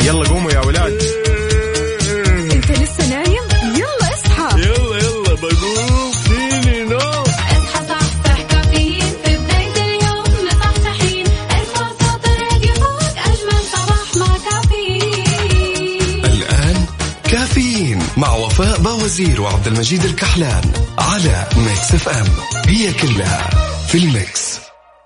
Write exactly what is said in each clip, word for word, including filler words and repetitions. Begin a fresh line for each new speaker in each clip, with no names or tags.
يلا قوموا يا ولاد.
انت لسه نايم؟ يلا اصحى.
يلا يلا بقوم فيني نو.
اصحى صحصح كافيين في بداية اليوم مصحصحين. ارفع صوت الراديو فوق أجمل صباح مع كافيين.
الآن كافيين مع وفاء باوزير وعبد المجيد الكحلان على ميكس اف ام. هي كلها في الميكس.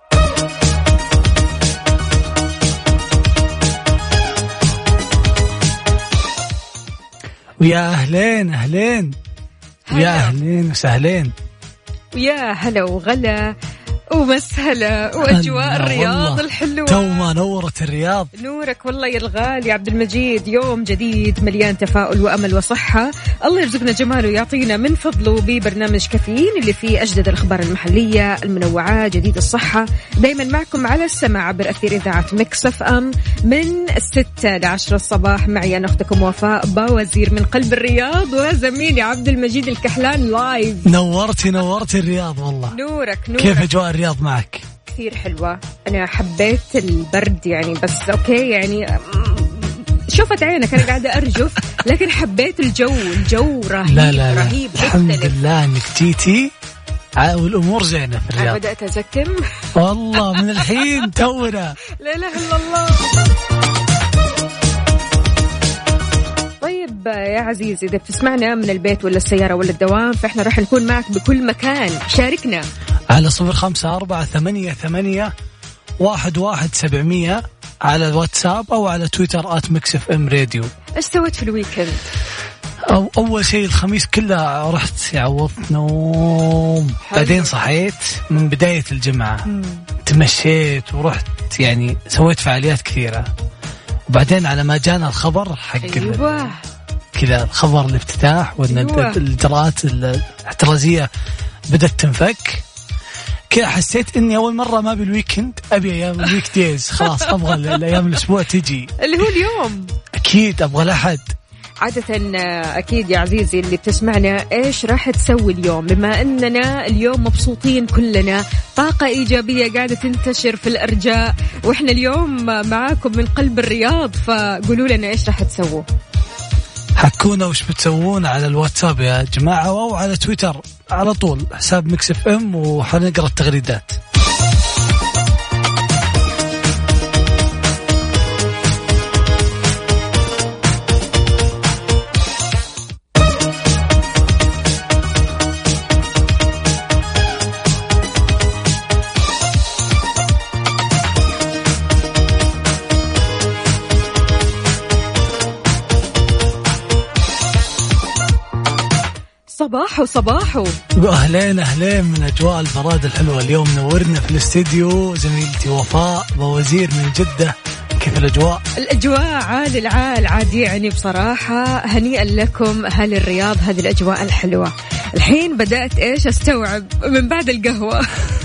ويا أهلين أهلين ويا أهلين وسهلين
ويا هلا وغلا ومسهلا وأجواء الرياض الحلوة.
تو ما نورت الرياض.
نورك والله يا الغالي عبد المجيد. يوم جديد مليان تفاؤل وأمل وصحة. الله يرزقنا جماله ويعطينا من فضله ببرنامج كافيين اللي فيه أجدد الأخبار المحلية المنوعات جديد الصحة. دايما معكم على السماع عبر أثير إذاعة ميكس اف ام من الستة لعشرة الصباح. معي أنا أختكم وفاء باوزير من قلب الرياض وزميلي عبد المجيد الكحلان لايف.
نورتي نورتي الرياض والله.
نورك نورك.
كيف أجواء الرياض معك؟
كثير حلوة. أنا حبيت البرد يعني بس أوكي يعني شوفت عينك أنا قاعدة أرجف لكن حبيت الجو. الجو رهيب.
لا لا لا.
رهيب.
الحمد
مختلف.
لله إنك جيتي والأمور زينة في الرياض.
أنا بدأت أزكم
والله من الحين تونا.
لا إله إلا الله. طيب يا عزيزي إذا بتسمعنا من البيت ولا السيارة ولا الدوام فإحنا راح نكون معك بكل مكان. شاركنا
على صفر خمسة أربعة ثمانية ثمانية واحد واحد سبعمية على الواتساب أو على تويتر آت ميكس اف ام راديو.
إيش سويت في الويكند؟
أو أول شيء الخميس كله رحت عوضت نوم. بعدين صحيت من بداية الجمعة. مم. تمشيت ورحت يعني سويت فعاليات كثيرة. وبعدين على ما جانا الخبر حق
أيوة.
كذا الخبر الافتتاح وأن
أيوة.
الإجراءات الاحترازية بدأت تنفك كذا. حسيت إني أول مرة ما بالويكند أبي أيام الويك ديز. خلاص أبغى الأيام الأسبوع تجي
اللي هو اليوم.
أكيد أبغى الأحد.
عادة أكيد يا عزيزي اللي بتسمعنا إيش راح تسوي اليوم بما أننا اليوم مبسوطين كلنا طاقة إيجابية قاعدة تنتشر في الأرجاء وإحنا اليوم معاكم من قلب الرياض. فقولوا لنا إيش راح تسووا.
حكونا وش بتسوون على الواتساب يا جماعة أو على تويتر على طول حساب ميكس اف ام وحنقرأ التغريدات.
صباحو صباحو.
أهلين أهلين من أجواء البراد الحلوة. اليوم نورنا في الاستديو زميلتي وفاء باوزير من جدة. كيف الأجواء؟
الأجواء عال العال عاد يعني بصراحة هنيئا لكم أهل الرياض هذه الأجواء الحلوة. الحين بدأت إيش أستوعب من بعد القهوة.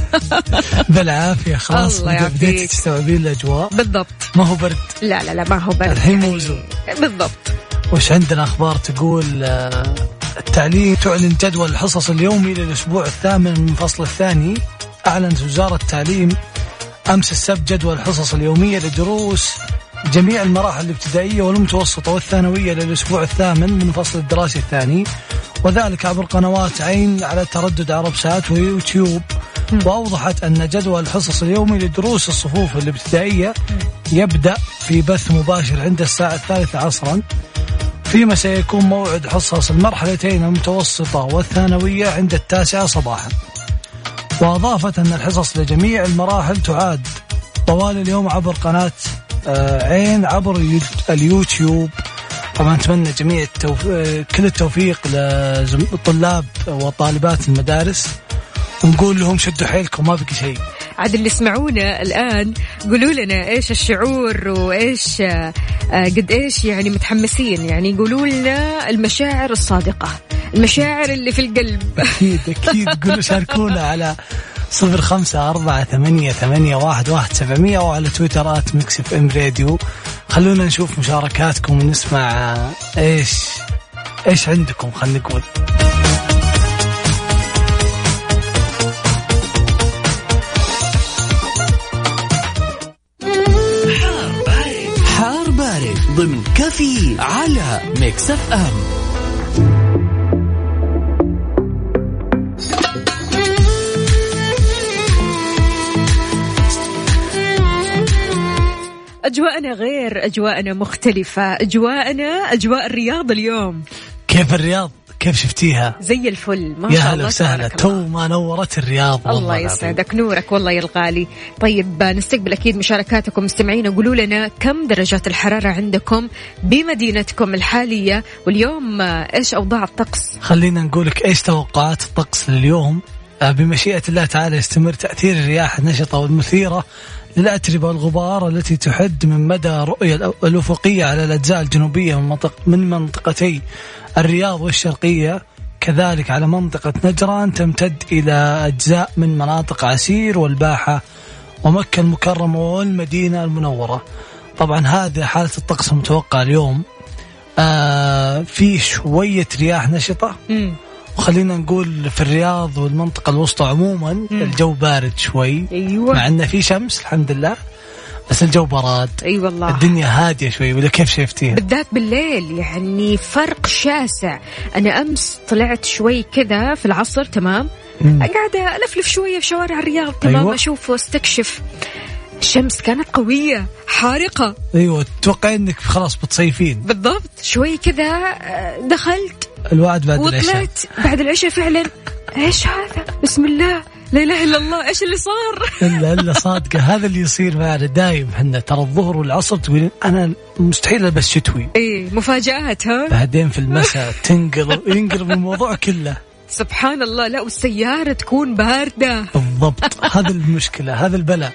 بالعافية خلاص بدأت تستوعبين الأجواء.
بالضبط.
ما هو برد.
لا لا لا ما هو برد.
الحين موزون.
بالضبط.
وش عندنا أخبار تقول؟ التعليم تعلن جدول الحصص اليومي للأسبوع الثامن من الفصل الثاني. أعلنت وزارة التعليم أمس السبت جدول الحصص اليومية لدروس جميع المراحل الابتدائية والمتوسطة والثانوية للأسبوع الثامن من الفصل الدراسي الثاني وذلك عبر قنوات عين على تردد عرب سات ويوتيوب. وأوضحت أن جدول الحصص اليومي لدروس الصفوف الابتدائية يبدأ في بث مباشر عند الساعة الثالثة عصرا فيما سيكون موعد حصص المرحلتين المتوسطة والثانوية عند التاسعة صباحا. وأضافت أن الحصص لجميع المراحل تعاد طوال اليوم عبر قناة عين عبر اليوتيوب. طبعا نتمنى جميع التوف... كل التوفيق لطلاب وطالبات المدارس ونقول لهم شدوا حيلكم ما بقي شيء.
عاد اللي يسمعونا الآن قولوا لنا إيش الشعور وإيش قد إيش يعني متحمسين. يعني قولوا لنا المشاعر الصادقة المشاعر اللي في القلب.
أكيد أكيد قولوا شاركونا على صفر خمسة أربعة ثمانية ثمانية واحد واحد سبعمية وعلى تويترات ميكس اف ام راديو. خلونا نشوف مشاركاتكم ونسمع إيش إيش عندكم. خلنا نقول
بارد ضمن كافيين على ميكس اف ام.
أجواءنا غير، أجواءنا مختلفة، أجواءنا أجواء الرياض اليوم.
كيف الرياض؟ كيف شفتيها؟
زي الفل ما
يا
شاء
هلا
الله.
وسهلا، تو ما نورت الرياض.
الله يسعدك، نورك والله يا الغالي. طيب نستقبل أكيد مشاركاتكم مستمعين، قولوا لنا كم درجات الحرارة عندكم بمدينتكم الحالية، واليوم إيش أوضاع الطقس؟
خلينا نقولك إيش توقعات الطقس لليوم. بمشيئة الله تعالى يستمر تأثير الرياح النشطة والمثيرة للأتربة والغبار التي تحد من مدى رؤية الأفقية على الأجزاء الجنوبية من, منطق من منطقتي الرياض والشرقية، كذلك على منطقة نجران، تمتد إلى أجزاء من مناطق عسير والباحة ومكة المكرمة والمدينة المنورة. طبعا هذا حالة الطقس المتوقع اليوم. آه في شوية رياح نشطة، م. وخلينا نقول في الرياض والمنطقة الوسطى عموما م. الجو بارد شوي.
أيوة.
مع أنه في شمس الحمد لله، بس الجو براد.
أي أيوة والله.
الدنيا هادية شوي، ولا كيف شايفتيها؟
بالذات بالليل يعني فرق شاسع. أنا أمس طلعت شوي كذا في العصر، تمام، قاعدة ألفلف شوية في شوارع الرياض، تمام. أيوة. أشوف واستكشف، الشمس كانت قوية حارقة.
أيوة، توقع أنك خلاص بتصيفين.
بالضبط، شوي كذا دخلت
الوعد بعد العشاء،
وطلعت بعد العشاء فعلا. إيش هذا؟ بسم الله، لا إله إلا الله، إيش اللي صار؟
إلا إلا صادقة، هذا اللي يصير معنا دايم. حنا ترى الظهر والعصر تقولين أنا مستحيل ألبس شتوي.
إيه مفاجآت، ها؟
بعدين في المساء تنقلب ينقلب الموضوع كله.
سبحان الله. لا، والسيارة تكون باردة.
بالضبط، هذا المشكلة، هذا البلاء.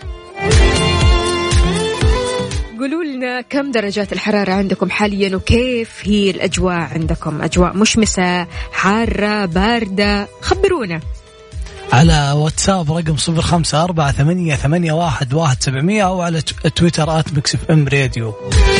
قولوا لنا كم درجات الحرارة عندكم حاليا، وكيف هي الأجواء عندكم؟ أجواء مشمسة، حارة، باردة؟ خبرونا
على واتساب رقم صفر خمسة أربعة ثمانية ثمانية واحد واحد سبعمية، أو على تويتر آت ميكس اف ام راديو.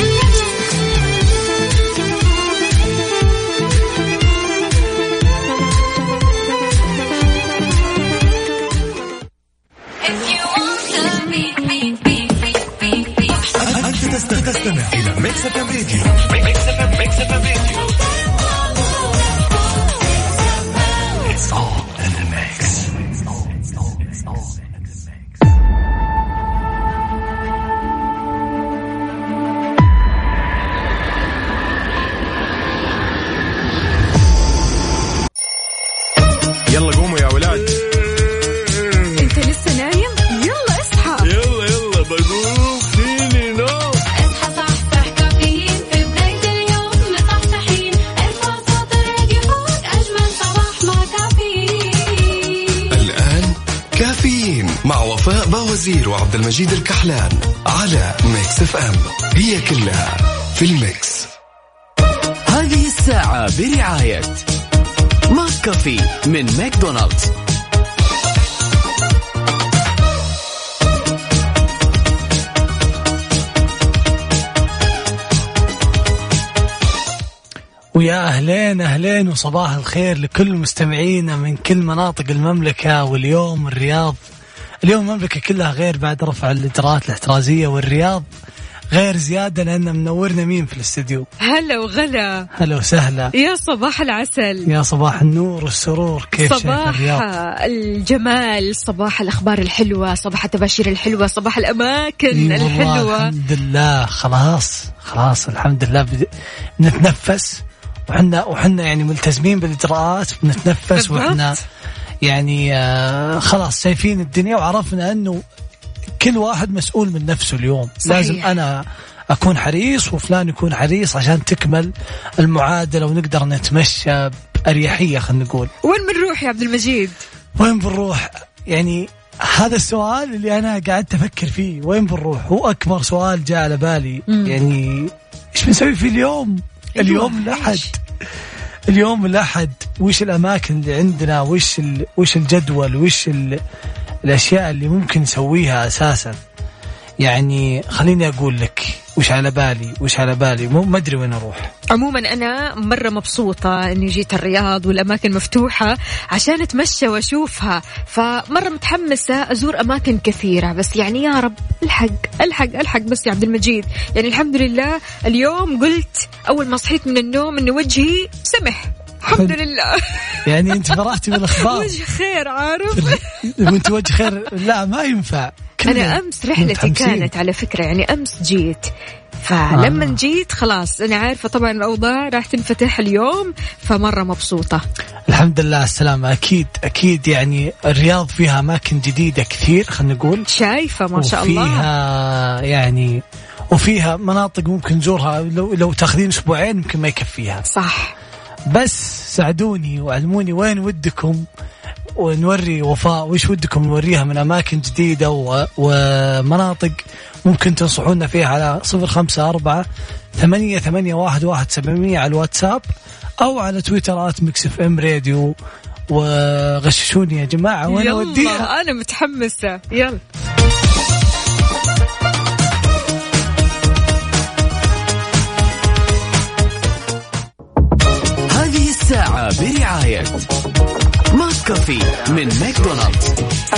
تستمع إلى ميكس اف ام راديو. ميكس اف ام ميكس اف ام راديو. It's all in the mix.
يلا قوموا يا ولاد.
انت لسه نايم؟ يلا اصحى.
يلا يلا بقوم فيني نو.
اصحى صحصح كافيين في بداية اليوم مصحصحين، ارفع صوت الراديو فوق أجمل صباح مع كافيين.
الآن كافيين مع وفاء باوزير وعبد المجيد الكحلان على ميكس اف ام، هي كلها في الميكس.
هذه الساعة برعاية ماك كافي من ماكدونالدز.
ويا أهلين أهلين وصباح الخير لكل مستمعينا من كل مناطق المملكة. واليوم الرياض، اليوم المملكة كلها غير بعد رفع الإجراءات الاحترازية، والرياض غير زيادة لأن منورنا مين في الاستديو.
هلا وغلا،
هلا وسهلا،
يا صباح العسل،
يا صباح النور والسرور. كيف
صباح
الرياض؟
الجمال، صباح الأخبار الحلوة، صباح التباشير الحلوة، صباح الأماكن الحلوة.
الحمد لله، خلاص خلاص الحمد لله بد... بنتنفس، وحنا وحنا يعني ملتزمين بالإجراءات، بنتنفس وحنا يعني آه خلاص شايفين الدنيا، وعرفنا أنه كل واحد مسؤول من نفسه اليوم. صحيح. لازم أنا أكون حريص وفلان يكون حريص عشان تكمل المعادلة ونقدر نتمشى بأريحية. خلينا نقول
وين بنروح يا عبد المجيد؟
وين بنروح؟ يعني هذا السؤال اللي أنا قاعد أفكر فيه، وين بنروح؟ هو أكبر سؤال جاء على بالي. م. يعني إيش بنسوي في اليوم؟ اليوم الأحد، اليوم الأحد وش الأماكن اللي عندنا، وش ال... وش الجدول، وش ال... الأشياء اللي ممكن نسويها أساسا. يعني خليني أقول لك وش على بالي وش على بالي مو ما أدري وين أروح.
عموما أنا مرة مبسوطة إني جيت الرياض والأماكن مفتوحة عشان أتمشى وأشوفها، فمرة متحمسة أزور أماكن كثيرة، بس يعني يا رب الحق الحق الحق بس يا عبد المجيد. يعني الحمد لله اليوم قلت أول ما صحيت من النوم إن وجهي سمح الحمد لله.
يعني أنت فرحتي بالأخبار.
وجه خير عارف.
وأنت وجه خير لا ما ينفع.
أنا أمس رحلتي كانت على فكرة، يعني أمس جيت، فلما آه. جيت خلاص أنا عارفة طبعا الأوضاع راح تنفتح اليوم، فمرة مبسوطة.
الحمد لله على السلامة. أكيد أكيد يعني الرياض فيها أماكن جديدة كثير خلينا نقول،
شايفة ما شاء الله،
وفيها يعني وفيها مناطق ممكن نزورها لو لو تاخذين أسبوعين ممكن ما يكفيها.
صح.
بس ساعدوني وعلموني وين ودكم ونوري وفاء وإيش ودكم نوريها من أماكن جديدة ومناطق ممكن تنصحونا فيها على صفر خمسة أربعة ثمانية ثمانية واحد واحد سبعمية على الواتساب أو على تويترات ميكس اف ام راديو، وغششوني يا جماعة وين أوديها.
أنا متحمسة. يلا
هذه الساعة برعاية ماك كافي من ماكدونالدز.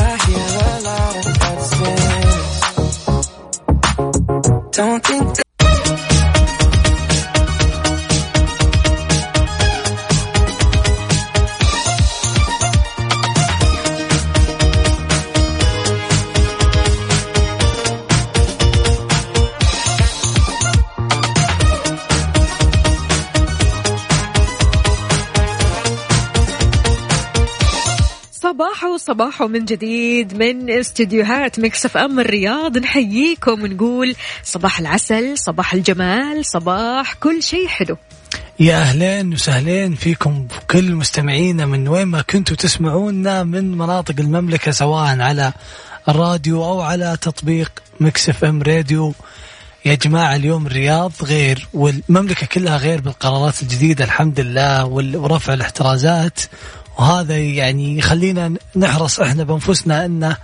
صباحو صباحو من جديد من استديوهات ميكس اف ام الرياض، نحييكم ونقول صباح العسل، صباح الجمال، صباح كل شيء حلو.
يا أهلين وسهلين فيكم كل مستمعينا من وين ما كنتوا تسمعونا من مناطق المملكة، سواء على الراديو أو على تطبيق ميكس اف ام راديو. يا جماعة اليوم الرياض غير والمملكة كلها غير بالقرارات الجديدة الحمد لله ورفع الاحترازات، وهذا يعني يخلينا نحرص احنا بانفسنا انه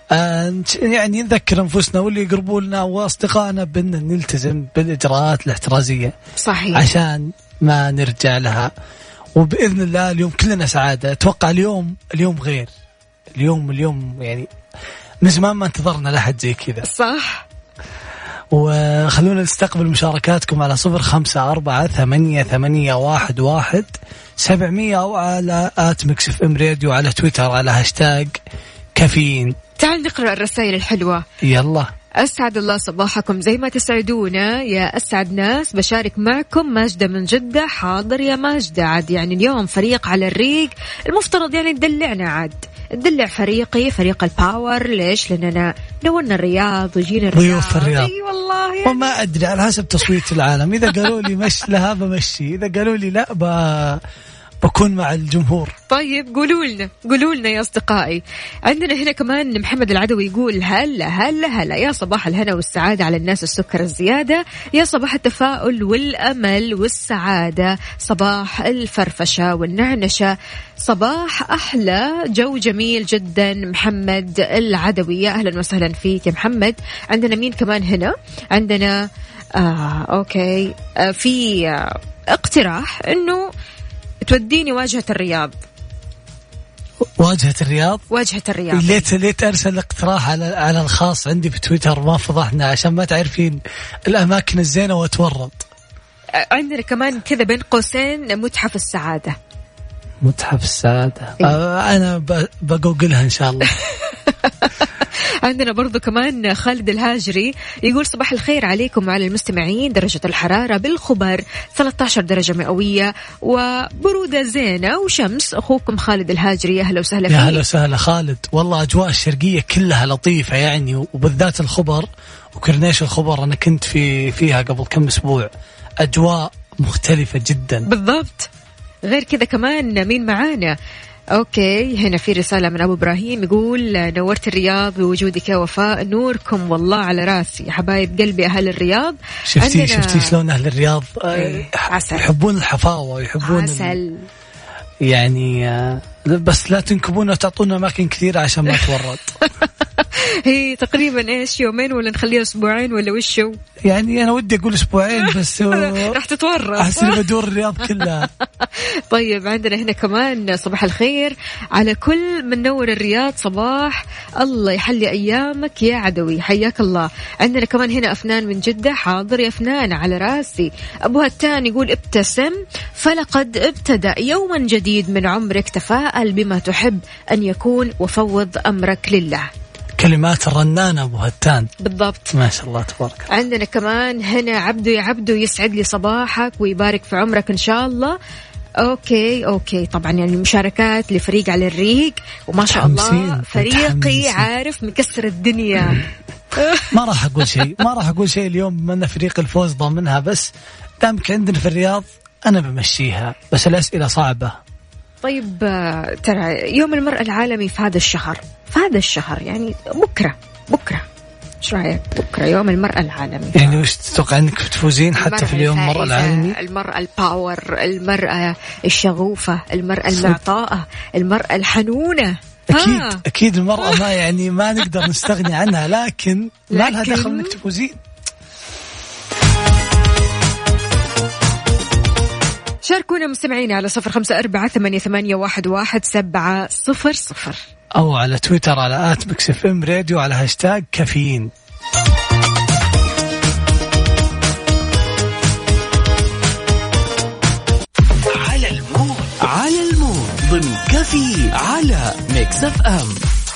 يعني نذكر انفسنا واللي يقربوا لنا واصدقائنا بان نلتزم بالاجراءات الاحترازيه.
صحيح.
عشان ما نرجع لها، وباذن الله اليوم كلنا سعاده. اتوقع اليوم اليوم غير اليوم اليوم يعني من زمان ما انتظرنا لحد زي كذا.
صح.
وخلونا نستقبل مشاركاتكم على صفر خمسة أربعة ثمانية ثمانية واحد واحد سبعمية أو على آت ميكس اف ام راديو على تويتر على هاشتاج كافيين.
تعال نقرأ الرسائل الحلوة.
يلا.
أسعد الله صباحكم زي ما تسعدونا يا أسعد ناس. بشارك معكم ماجدة من جدة. حاضر يا ماجدة. عاد يعني اليوم فريق على الريق، المفترض يعني تدلعنا، عاد تدلع فريقي فريق الباور. ليش؟ لأننا نورنا الرياض وجينا الرياض.
ضيوف الرياض.
أي والله يعني.
وما أدري على حسب تصويت العالم، إذا قالوا لي مش لها بمشي، إذا قالوا لي لا ب... بكون مع الجمهور.
طيب قولوا لنا قولوا لنا يا أصدقائي. عندنا هنا كمان محمد العدوي يقول هلا هلا هلا، يا صباح الهنا والسعادة على الناس السكر الزيادة، يا صباح التفاؤل والأمل والسعادة، صباح الفرفشة والنعنشة، صباح أحلى جو جميل جدا. محمد العدوي يا أهلا وسهلا فيك يا محمد. عندنا مين كمان هنا؟ عندنا آه أوكي آه في آه اقتراح إنه توديني واجهة الرياض.
واجهة الرياض
واجهة الرياض.
ليت ليت أرسل اقتراح على على الخاص عندي في تويتر، ما فضحنا عشان ما تعرفين الأماكن الزينة واتورط.
عندنا كمان كذا بين قوسين متحف السعادة.
متحف السعادة.
إيه؟
آه أنا بجوجلها إن شاء الله.
عندنا برضو كمان خالد الهاجري يقول صباح الخير عليكم وعلى المستمعين. درجة الحرارة بالخبر ثلاثة عشر درجة مئوية وبرودة زينة وشمس. أخوكم خالد الهاجري. أهلا وسهلا فيك.
يا أهلا وسهلا خالد. والله أجواء الشرقية كلها لطيفة يعني، وبالذات الخبر وكرنيش الخبر أنا كنت في فيها قبل كم أسبوع، أجواء مختلفة جدا.
بالضبط. غير كذا كمان مين معانا؟ أوكي هنا في رسالة من أبو إبراهيم يقول نورت الرياض بوجودك يا وفاء، نوركم والله على راسي يا حبايب قلبي أهل الرياض.
شفتي عندنا... شفتي شلون أهل الرياض
عسل.
يحبون الحفاوة يحبون
عسل
ال... يعني بس لا تنكبونا وتعطونا أماكن كثيرة عشان ما تورط.
هي تقريبا إيش يومين ولا نخليها أسبوعين ولا وشو؟
يعني أنا ودي أقول أسبوعين بس
راح تتورط.
أحسن بدور الرياض كلها.
طيب عندنا هنا كمان صباح الخير على كل من نور الرياض صباح، الله يحلي أيامك يا عدوي، حياك الله. عندنا كمان هنا أفنان من جدة، حاضر يا أفنان على راسي. أبو هتان يقول ابتسم فلقد ابتدأ يوما جديد من عمرك، تفاءل بما تحب أن يكون وفوض أمرك لله.
كلمات الرنانة أبو هتان.
بالضبط،
ما شاء الله تبارك الله.
عندنا كمان هنا عبدو يا عبدو، يسعد لي صباحك ويبارك في عمرك إن شاء الله. أوكي أوكي طبعا يعني المشاركات لفريق على الريق، وما شاء الله فريقي متحمسين. عارف مكسر الدنيا.
ما راح أقول شيء ما راح أقول شيء اليوم بما أن فريق الفوز ضامنها، بس دامك عندنا في الرياض أنا بمشيها، بس الأسئلة صعبة.
طيب ترى يوم المرأة العالمي في هذا الشهر، في هذا الشهر يعني بكرة بكرة ايش رايك؟ بكره يوم المرأة العالمي،
يعني وش تتوقع انك بتفوزين حتى في اليوم المرأة العالمي؟
المرأة الباور، المرأة الشغوفة، المرأة المعطاءة، المرأة الحنونة.
اكيد ها. اكيد المرأة ما يعني ما نقدر نستغني عنها، لكن ما لها دخل انك تفوزين.
شاركونا مستمعين على صفر خمسة أربعة ثمانية ثمانية واحد واحد سبعة صفر صفر،
أو على تويتر على آت ميكس اف ام راديو على هاشتاج كافيين.
على المود على المود ضمن كافيين على ميكس اف ام.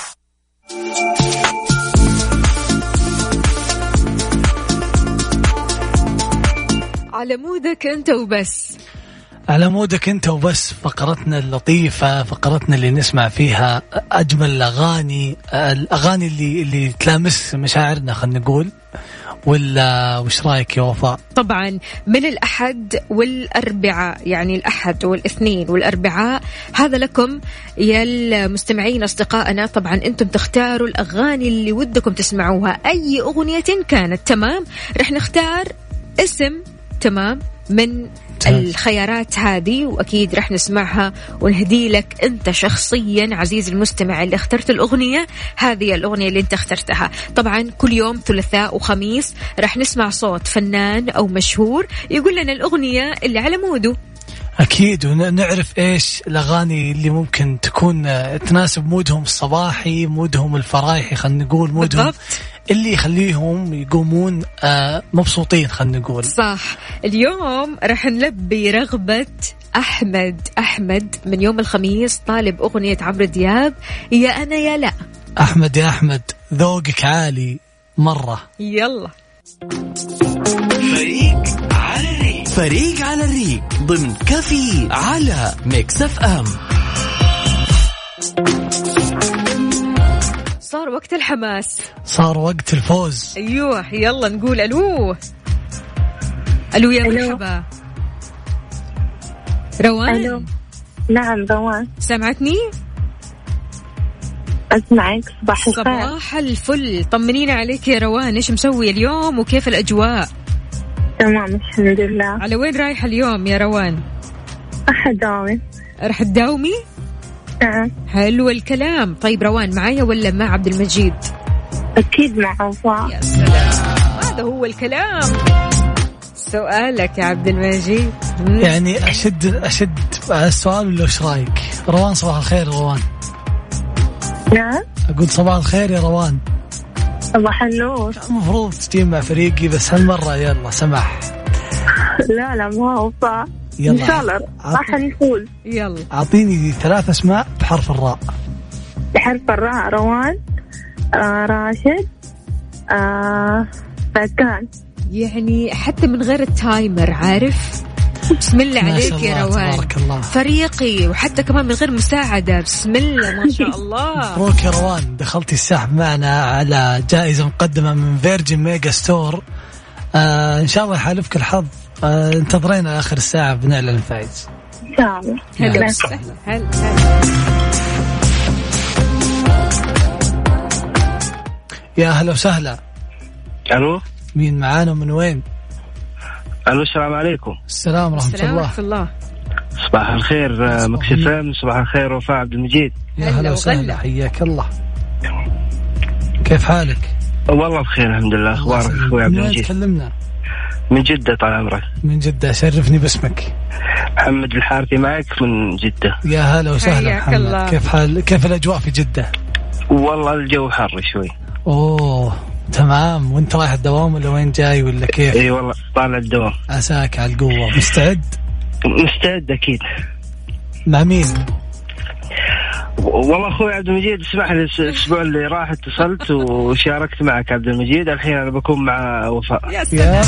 على مودك أنت وبس،
على مودك أنت وبس. فقرتنا اللطيفة، فقرتنا اللي نسمع فيها أجمل الأغاني، الأغاني اللي اللي تلامس مشاعرنا خلينا نقول. ولا وش رأيك يا وفاء؟
طبعا من الأحد والأربعاء، يعني الأحد والاثنين والأربعاء، هذا لكم يا المستمعين أصدقائنا. طبعا أنتم تختاروا الأغاني اللي ودكم تسمعوها، أي أغنية كانت. تمام، رح نختار اسم تمام من الخيارات هذه، وأكيد رح نسمعها ونهدي لك أنت شخصيا عزيز المستمع اللي اخترت الأغنية، هذه الأغنية اللي أنت اخترتها. طبعا كل يوم ثلاثاء وخميس رح نسمع صوت فنان أو مشهور يقول لنا الأغنية اللي على موده.
أكيد، ونعرف إيش الأغاني اللي ممكن تكون تناسب مودهم الصباحي، مودهم الفرايحي خلينا نقول، مودهم بالضبط اللي يخليهم يقومون مبسوطين خلينا نقول.
صح. اليوم رح نلبي رغبة أحمد. أحمد من يوم الخميس طالب أغنية عمرو دياب يا أنا يا لا.
أحمد يا أحمد ذوقك عالي مرة.
يلا
فريق على الريق، فريق على الريق ضمن كافيين على ميكس اف ام.
صار وقت الحماس،
صار وقت الفوز.
أيوه يلا نقول ألو. ألو يا مرحبا. روان.
ألو. نعم روان.
سمعتني؟
أسمعك. صباح الخير.
صباح الفل، طمنينا عليك يا روان، إيش مسوي اليوم وكيف الأجواء؟
تمام الحمد لله.
على وين رايحة اليوم يا روان؟
أحد داوي.
رح تداومي؟
نعم.
حلو الكلام. طيب روان معايا ولا مع عبد المجيد؟
أكيد مع وفاء.
يا سلام، هذا هو الكلام. سؤالك يا عبد المجيد.
يعني أشد أشد السؤال ولا وش رايك؟ روان صباح الخير روان.
نعم.
أقول صباح الخير يا روان.
صباح النور.
المفروض تجي مع فريقي بس هالمرة يلا سمح.
لا لا ما وفاء.
يلا
إن شاء الله راح نفوز.
يلا
أعطيني ثلاث أسماء بحرف الراء.
بحرف الراء روان، آه راشد، آه فكان.
يعني حتى من غير التايمر عارف. بسم الله عليك يا روان، فريقي، وحتى كمان من غير مساعدة. بسم الله ما شاء الله.
مبروك يا روان، دخلتي السحب معنا على جائزة مقدمة من فيرجن ميجا ستور. آه إن شاء الله يحالفك الحظ. آه انتظرينا آخر الساعة بنعلن الفائز
إن شاء الله.
هلا وسهلا. هلا
يا هلا وسهلا.
الو
مين معانا ومن وين؟
الو السلام عليكم.
السلام ورحمة الله.
ورحمة الله.
صباح الخير مكسفين. صباح الخير وفاء عبد المجيد.
يا هلا وسهلا، حياك الله. كيف حالك؟
والله بخير الحمد لله. أخبارك أخوي عبد المجيد؟
تكلمنا
من جدة طال عمرك.
من جدة. شرفني باسمك.
محمد الحارثي معك من جدة.
يا هلا وسهلا محمد. الله. كيف حال كيف الأجواء في جدة؟
والله الجو حر شوي.
أوه تمام. وانت رايح الدوام ولا وين جاي ولا كيف؟
اي والله طالع الدوام.
عساك على القوة. مستعد؟
مستعد أكيد.
مع مين؟
والله أخوي عبد المجيد اسمح لي، الأسبوع اللي راح اتصلت وشاركت معك عبد المجيد، الحين أنا بكون مع وفاء.
يا سلام.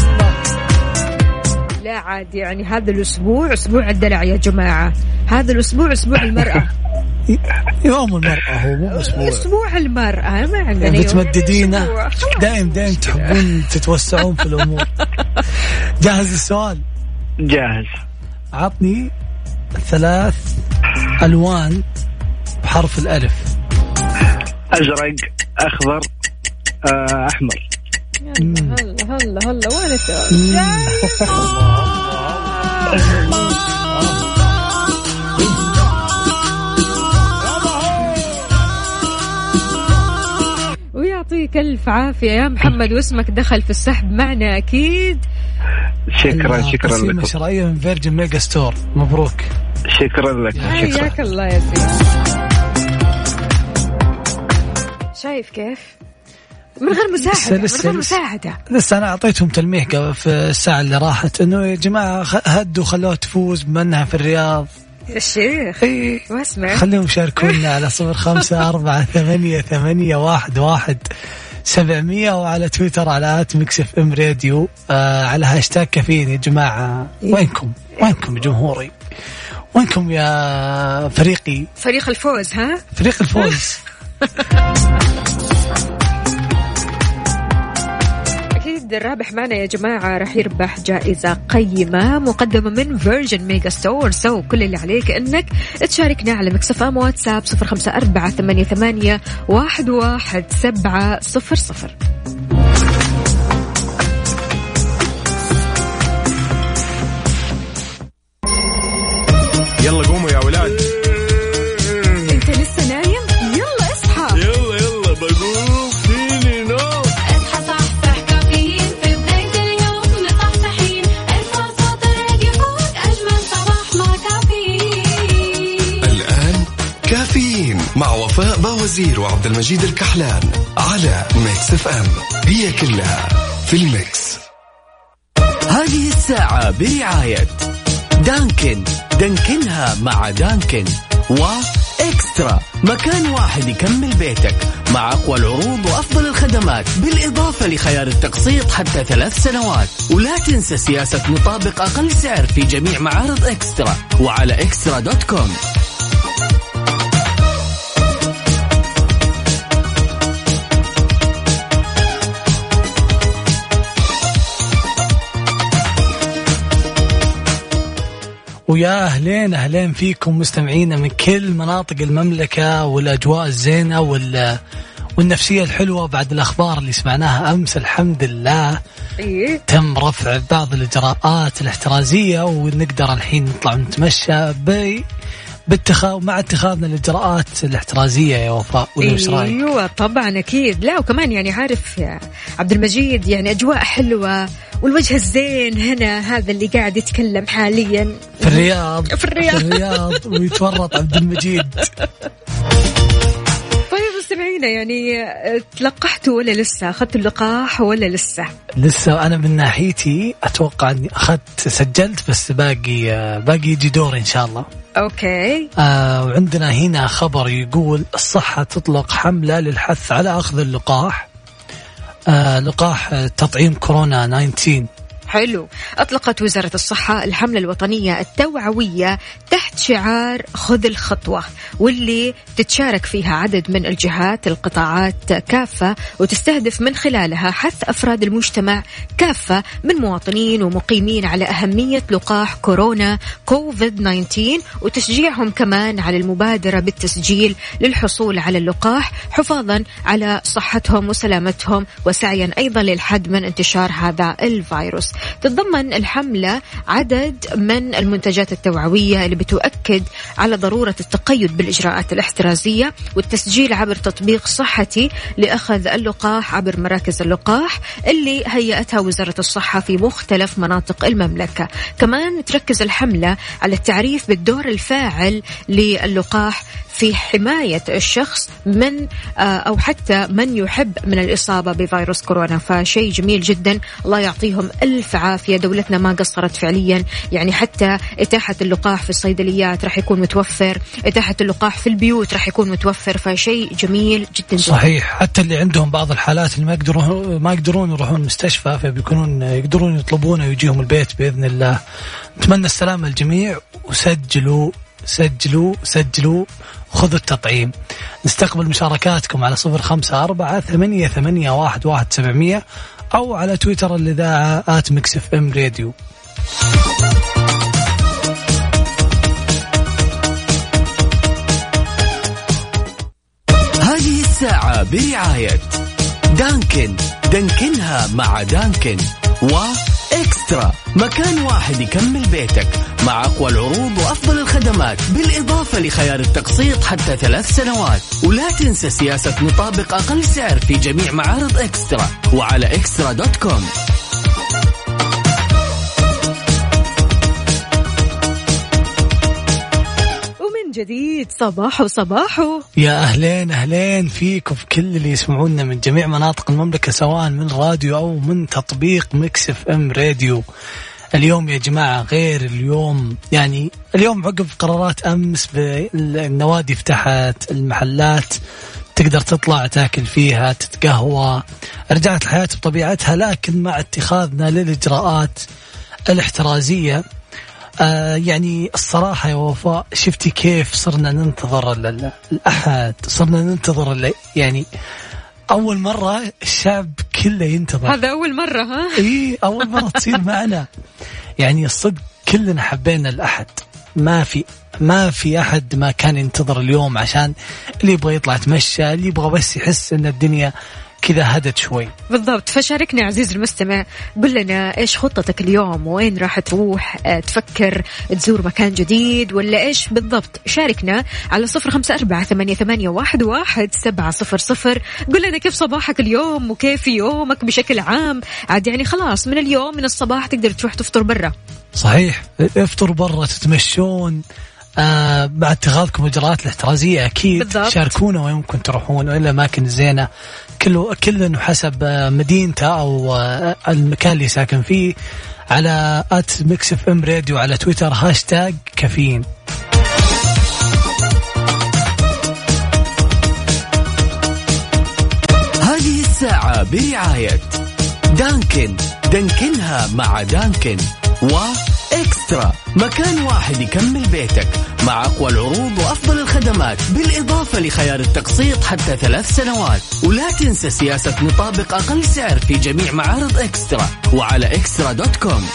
لا عاد يعني هذا الأسبوع أسبوع الدلع يا جماعة، هذا الأسبوع أسبوع المرأة.
يوم المرأة هو مو أسبوع.
أسبوع المرأة ما عندنا يوم.
بتمددينا دائم دائم تحبون تتوسعون في الأمور. جاهز السؤال؟
جاهز.
عطني ثلاث ألوان بحرف الألف.
أزرق، أخضر، آه، أحمر.
هلا هلا هلا وين السؤال؟ ويعطيك ألف عافية يا محمد، واسمك دخل في السحب معنا أكيد.
شكرا شكرا لكم.
قسيمة شرعية من فيرجن ميجا ستور. مبروك.
شكرا لك.
حياك الله يا سيدي. شايف كيف؟ من غير مساعدة. من غير مساعدة.
لسه أنا أعطيتهم تلميح في الساعة اللي راحت إنه يا جماعة هدوا خلوها تفوز بما أنها في الرياض.
يا شيخ
إيه.
واسمع
خليهم يشاركونا على صفر خمسة أربعة ثمانية ثمانية واحد واحد سبعمية وعلى تويتر على آت ميكس اف ام راديو. آه على هاشتاج كافيين. يا جماعة وينكم وينكم يا جمهوري؟ وينكم يا فريقي؟
فريق الفوز. ها
فريق الفوز.
أكيد الرابح معنا يا جماعة راح يربح جائزة قيمة مقدمة من فيرجن ميجا ستور. سو كل اللي عليك إنك تشاركنا على ميكس اف ام واتساب صفر خمسة أربعة ثمانية ثمانية واحد واحد سبعة صفر صفر.
يلا قوموا يا ولاد.
انت لسه نايم؟ يلا اصحى.
يلا يلا بقوم فيني نو.
اصحى صحصح كافيين في بداية اليوم مصحصحين، ارفع صوت الراديو فوق أجمل صباح مع كافيين.
الآن كافيين مع وفاء باوزير وعبد المجيد الكحلان على ميكس اف ام. هي كلها في الميكس.
هذه الساعة برعاية دانكن. دانكنها مع دانكن. وإكسترا، مكان واحد يكمل بيتك مع أقوى العروض وأفضل الخدمات، بالإضافة لخيار التقسيط حتى ثلاث سنوات. ولا تنسى سياسة نطابق أقل سعر في جميع معارض إكسترا وعلى إكسترا دوت كوم.
ويا أهلين أهلين فيكم مستمعينا من كل مناطق المملكة، والأجواء الزينة وال والنفسية الحلوة بعد الأخبار اللي سمعناها أمس. الحمد لله
إيه؟
تم رفع بعض الإجراءات الاحترازية ونقدر الحين نطلع ونتمشى بي باتخاذ مع اتخاذنا الإجراءات الاحترازية يا وفاء.
أيوة طبعا أكيد. لا وكمان يعني عارف يا عبد المجيد يعني أجواء حلوة والوجه الزين هنا، هذا اللي قاعد يتكلم حاليا
في الرياض.
في الرياض,
في الرياض ويتورط عبد المجيد.
طيب مستمعينا يعني تلقحتوا ولا لسه؟ أخذتوا اللقاح ولا لسه؟
لسه. أنا من ناحيتي أتوقع أني أخذت سجلت، بس باقي باقي يجي دور إن شاء الله.
أوكي.
آه وعندنا هنا خبر يقول الصحة تطلق حملة للحث على أخذ اللقاح. آه لقاح تطعيم كورونا تسعة عشر.
حلو. أطلقت وزارة الصحة الحملة الوطنية التوعوية تحت شعار خذ الخطوة، واللي تتشارك فيها عدد من الجهات القطاعات كافة، وتستهدف من خلالها حث أفراد المجتمع كافة من مواطنين ومقيمين على أهمية لقاح كورونا كوفيد تسعة عشر، وتشجيعهم كمان على المبادرة بالتسجيل للحصول على اللقاح حفاظا على صحتهم وسلامتهم، وسعيا أيضا للحد من انتشار هذا الفيروس. تتضمن الحملة عدد من المنتجات التوعوية اللي بتؤكد على ضرورة التقيد بالإجراءات الاحترازية والتسجيل عبر تطبيق صحتي لأخذ اللقاح عبر مراكز اللقاح اللي هيئتها وزارة الصحة في مختلف مناطق المملكة. كمان تركز الحملة على التعريف بالدور الفاعل للقاح في حماية الشخص من أو حتى من يحب من الإصابة بفيروس كورونا. فشيء جميل جدا، الله يعطيهم ألف عافية. دولتنا ما قصرت فعليا، يعني حتى إتاحة اللقاح في الصيدليات راح يكون متوفر، إتاحة اللقاح في البيوت راح يكون متوفر، فشيء جميل جدا.
صحيح، حتى اللي عندهم بعض الحالات اللي ما يقدرون ما يقدرون يروحون المستشفى فبيكونون يقدرون يطلبونه ويجيهم البيت بإذن الله. نتمنى السلامة للجميع، وسجلوا سجلوا سجلوا خذوا التطعيم. نستقبل مشاركاتكم على صفر خمسة أربعة ثمانية ثمانية واحد واحد سبعمية أو على تويتر الإذاعة آت ميكس اف ام راديو.
هذه الساعة برعاية دانكن، دانكنها مع دانكن، وإكسترا، مكان واحد يكمل بيتك مع أقوى العروض وأفضل الخدمات، بالإضافة لخيار التقسيط حتى ثلاث سنوات. ولا تنسى سياسة نطابق أقل سعر في جميع معارض إكسترا وعلى إكسترا دوت كوم.
جديد صباحو صباحو،
يا أهلين أهلين فيكم في كل اللي يسمعونا من جميع مناطق المملكة، سواء من راديو أو من تطبيق ميكس اف ام راديو. اليوم يا جماعة غير اليوم، يعني اليوم عقب قرارات أمس بالنوادي فتحت، المحلات تقدر تطلع تاكل فيها تتقهوى، رجعت الحياة بطبيعتها، لكن مع اتخاذنا للإجراءات الاحترازية. آه يعني الصراحة يا وفاء، شفتي كيف صرنا ننتظر الأحد، صرنا ننتظر يعني أول مرة الشعب كله ينتظر.
هذا أول مرة ها؟
إيه أول مرة تصير معنا. يعني الصدق كلنا حبينا الأحد، ما في ما في أحد ما كان ينتظر اليوم، عشان اللي يبغى يطلع تمشى، اللي يبغى بس يحس إن الدنيا كذا هدت شوي.
بالضبط. فشاركنا عزيز المستمع، قل لنا إيش خطتك اليوم، وين راح تروح، تفكر تزور مكان جديد ولا إيش بالضبط؟ شاركنا على صفر خمسة أربعة ثمانية ثمانية واحد واحد سبعة صفر صفر. قل لنا كيف صباحك اليوم وكيف يومك بشكل عام. عاد يعني خلاص من اليوم من الصباح تقدر تروح تفطر برا.
صحيح، افطر برا، تتمشون آه بعد اتخاذكم إجراءات الاحترازية أكيد. بالضبط. شاركونا وين ممكن تروحون وإلا أماكن زينة، كله كله حسب مدينته أو المكان اللي ساكن فيه، على آت ميكس اف ام راديو على تويتر هاشتاج كافيين.
هذه الساعة برعاية دانكن، دانكنها مع دانكن، وإكسترا، مكان واحد يكمل بيتك مع أقوى العروض وأفضل الخدمات، بالإضافة لخيار التقسيط حتى ثلاث سنوات. ولا تنسى سياسة نطابق أقل سعر في جميع معارض إكسترا وعلى إكسترا دوت كوم.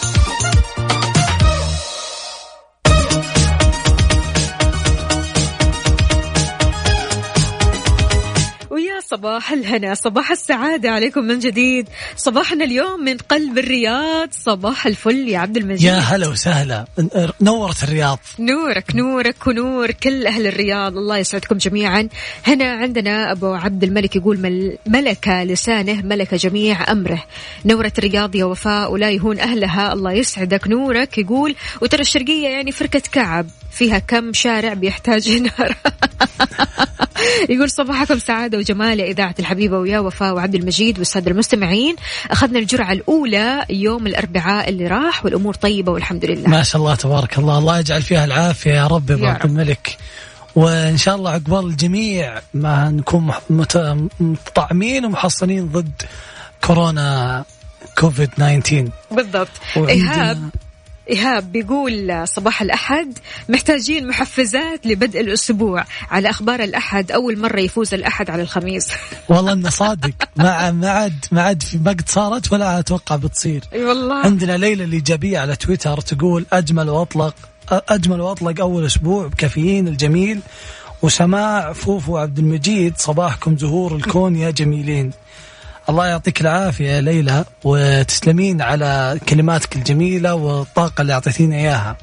صباح الهنا، صباح السعادة عليكم من جديد. صباحنا اليوم من قلب الرياض. صباح الفل يا عبد المجيد.
يا هلا وسهلا، نورت الرياض.
نورك نورك ونور كل أهل الرياض، الله يسعدكم جميعا. هنا عندنا أبو عبد الملك يقول مل ملكة لسانه ملكة جميع أمره. نورت الرياض يا وفاء ولا يهون أهلها، الله يسعدك. نورك يقول وترى الشرقية يعني فركة كعب، فيها كم شارع بيحتاج نار. يقول صباحكم سعادة وجمال يا إذاعة الحبيبة ويا وفاء وعبد المجيد والسادة المستمعين. أخذنا الجرعة الأولى يوم الأربعاء اللي راح والأمور طيبة والحمد لله.
ما شاء الله تبارك الله، الله يجعل فيها العافية يا رب يا عبد الملك. وإن شاء الله عقبال الجميع ما نكون متطعمين ومحصنين ضد كورونا كوفيد تسعة عشر.
بالضبط. إيهاب إيهاب بيقول صباح الأحد محتاجين محفزات لبدء الأسبوع. على أخبار الأحد أول مرة يفوز الأحد على الخميس.
والله إنه صادق، ما ما عاد ما عاد في وقت صارت ولا أتوقع بتصير.
أي والله.
عندنا ليلى الإيجابية على تويتر تقول أجمل وأطلق أجمل وأطلق أول أسبوع بكافيين الجميل وسماع فوفو عبد المجيد. صباحكم زهور الكون يا جميلين. الله يعطيك العافية يا ليلى، وتسلمين على كلماتك الجميلة والطاقة اللي أعطيتينا إياها.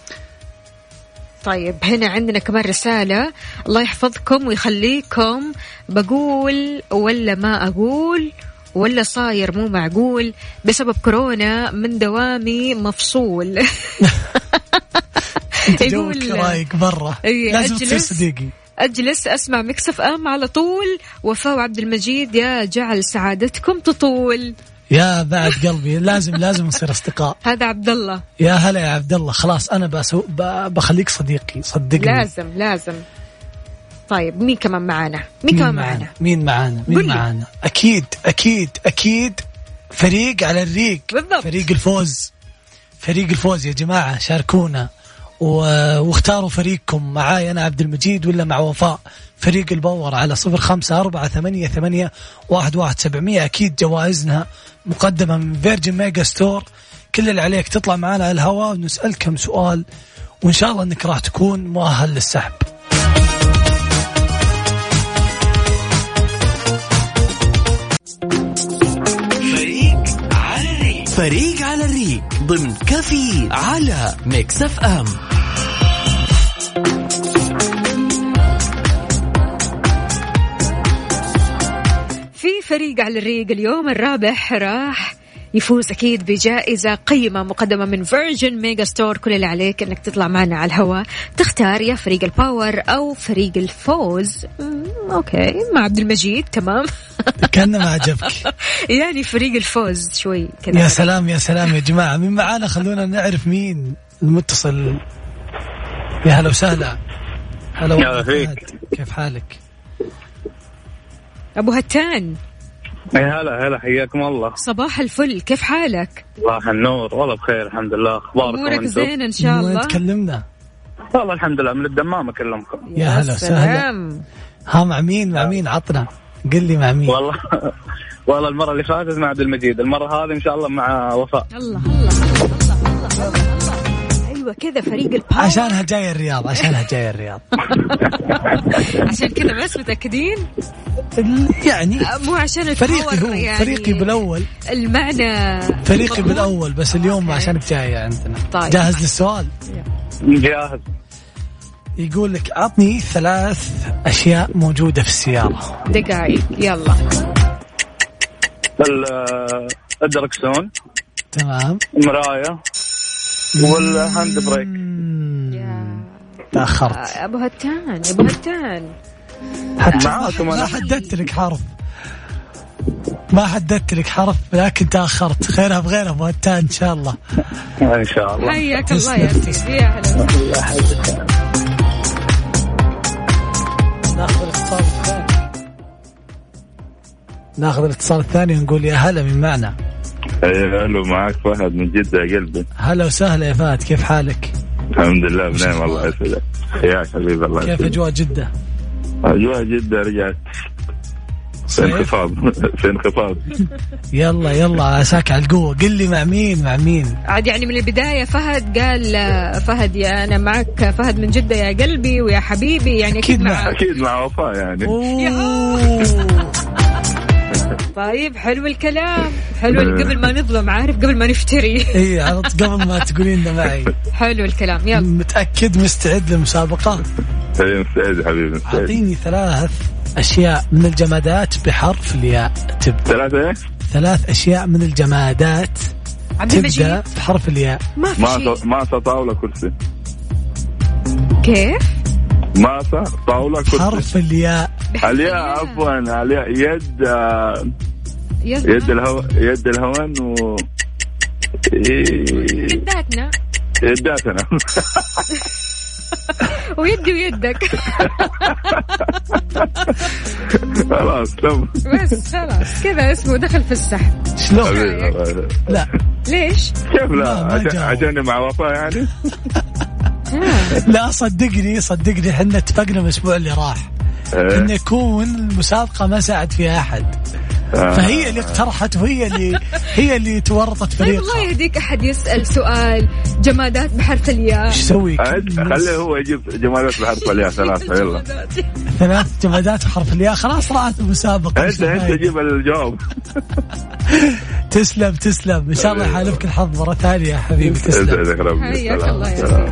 طيب هنا عندنا كمان رسالة: الله يحفظكم ويخليكم، بقول ولا ما أقول ولا صاير مو معقول، بسبب كورونا من دوامي مفصول.
يقول رايك برا لازم تصير صديقي.
أجلس أسمع مكسف أم على طول. وفاء وعبد المجيد يا جعل سعادتكم تطول.
يا بعد قلبي لازم لازم نصير أصدقاء.
هذا عبد الله.
يا هلا يا عبد الله، خلاص أنا بسو... ب... بخليك صديقي صدقني.
لازم لازم. طيب مين كمان معانا؟ مين كمان معانا؟
مين معانا؟ مين معانا؟ أكيد أكيد أكيد فريق على الريق.
بالضبط.
فريق الفوز، فريق الفوز يا جماعة، شاركونا واختاروا فريقكم، معاي أنا عبد المجيد ولا مع وفاء. فريق الباور على صفر خمسة أربعة ثمانية ثمانية واحد واحد سبعمية. أكيد جوائزنا مقدمة من فيرجن ميجا ستور. كل اللي عليك تطلع معنا على الهواء ونسألك كم سؤال، وإن شاء الله أنك راح تكون مؤهل للسحب.
فريق على الريق، فريق على الريق ضمن كافيين على ميكس اف ام.
في فريق على الريق اليوم الرابح راح يفوز أكيد بجائزة قيمة مقدمة من فيرجن ميجا ستور. كل اللي عليك أنك تطلع معنا على الهواء، تختار يا فريق الباور أو فريق الفوز. أوكي مع عبد المجيد تمام.
كان ما عجبك
يعني فريق الفوز شوي كذا.
يا سلام يا سلام يا جماعة، مين معانا؟ خلونا نعرف مين المتصل. يا هلا وسهلا. هلا فيك، كيف حالك؟
أبو هتان.
يا هلا هلا، حياكم الله.
صباح الفل، كيف حالك؟
صباح النور، والله بخير الحمد لله. اخباركم
امورك زين ان شاء الله؟
تكلمنا
والله الحمد لله، من الدمام اكلمكم.
يا هلا وسهلا. ها مع مين؟ مع مين؟ عطنا قل لي مع مين.
والله والله المره اللي فاتت مع عبد المجيد، المره هذه ان شاء الله مع وفاء.
الله الله الله الله الله. ايوه كذا فريق الباور.
عشانها جاي الرياض، عشانها جاي الرياض.
عشان كذا بس متاكدين
يعني
مو عشان
فريقي هو يعني فريقي بالاول،
المعنى
فريقي بالاول، بس اليوم عشانك جاي عندنا. طيب. جاهز للسؤال؟
جاهز.
يقول لك عطني ثلاث أشياء موجودة في السيارة.
دقائق يلا.
الدركسون
تمام،
المراية والهاند بريك.
تأخرت
أبو هتان. أبو هتان
حتى ما حددت لك حرف، ما حددت لك حرف، لكن تأخرت. خيرها بغيرها أبو هتان إن شاء الله.
إن شاء الله.
حياك الله يا سيدي. يا هلا.
ناخذ الاتصال الثاني، ناخذ الاتصال الثاني ونقول يا هلا من معنا.
هلا معك فهد من جدة يا قلبي.
هلا وسهلا يا فهد، كيف حالك؟
الحمد لله بنعم الله يسعدك. يا حبيبي الله يسعدك.
كيف أجواء جدة؟
أجواء جدة رجعت في انخفاض، في انخفاض.
يلا يلا عساك على القوة. قل لي مع مين؟ مع مين
عاد يعني من البداية فهد قال فهد يا أنا معك فهد من جدة يا قلبي ويا حبيبي، يعني أكيد مع
أكيد مع وفاء يعني.
طيب حلو الكلام، حلو. قبل ما نظلم عارف، قبل ما نفتري.
اي عرفت، قبل ما تقولين ده معي.
حلو الكلام. يلا
متأكد مستعد للمسابقة؟
اي مستعد حبيبي مستعد.
أعطيني ثلاث أشياء من الجمادات بحرف الياء تبدأ.
ثلاثة إيه؟
ثلاث أشياء من الجمادات تبدأ بحرف الياء.
ما في شيء.
ماسة طاولة كرسي.
كيف؟
ماسة طاولة كرسي.
حرف الياء.
الياء عفوا الياء. يد يد الهو يد الهوان و
يداتنا
يداتنا
ويدي ويدك.
خلاص تم،
بس خلاص كذا اسمه دخل في السحب.
شلون؟ لا
ليش؟
كيف لا؟ عشان مع وفاء يعني.
لا صدقني صدقني احنا اتفقنا الاسبوع اللي راح ان يكون المسابقة ما ساعد فيها احد، فهي اللي اقترحت وهي اللي هي اللي تورطت فريقها.
الله يهديك، أحد يسأل سؤال جمادات بحرف الياء
ايش سوي؟
خليه هو يجيب جمادات بحرف الياء ثلاثة. يلا
ثلاث جمادات بحرف الياء. خلاص راحت المسابقة.
انت انت جيب الجواب.
تسلم تسلم، ان شاء الله يحالفك الحظ مرة ثانية يا حبيبي. تسلم،
حياك الله يا
طبعا.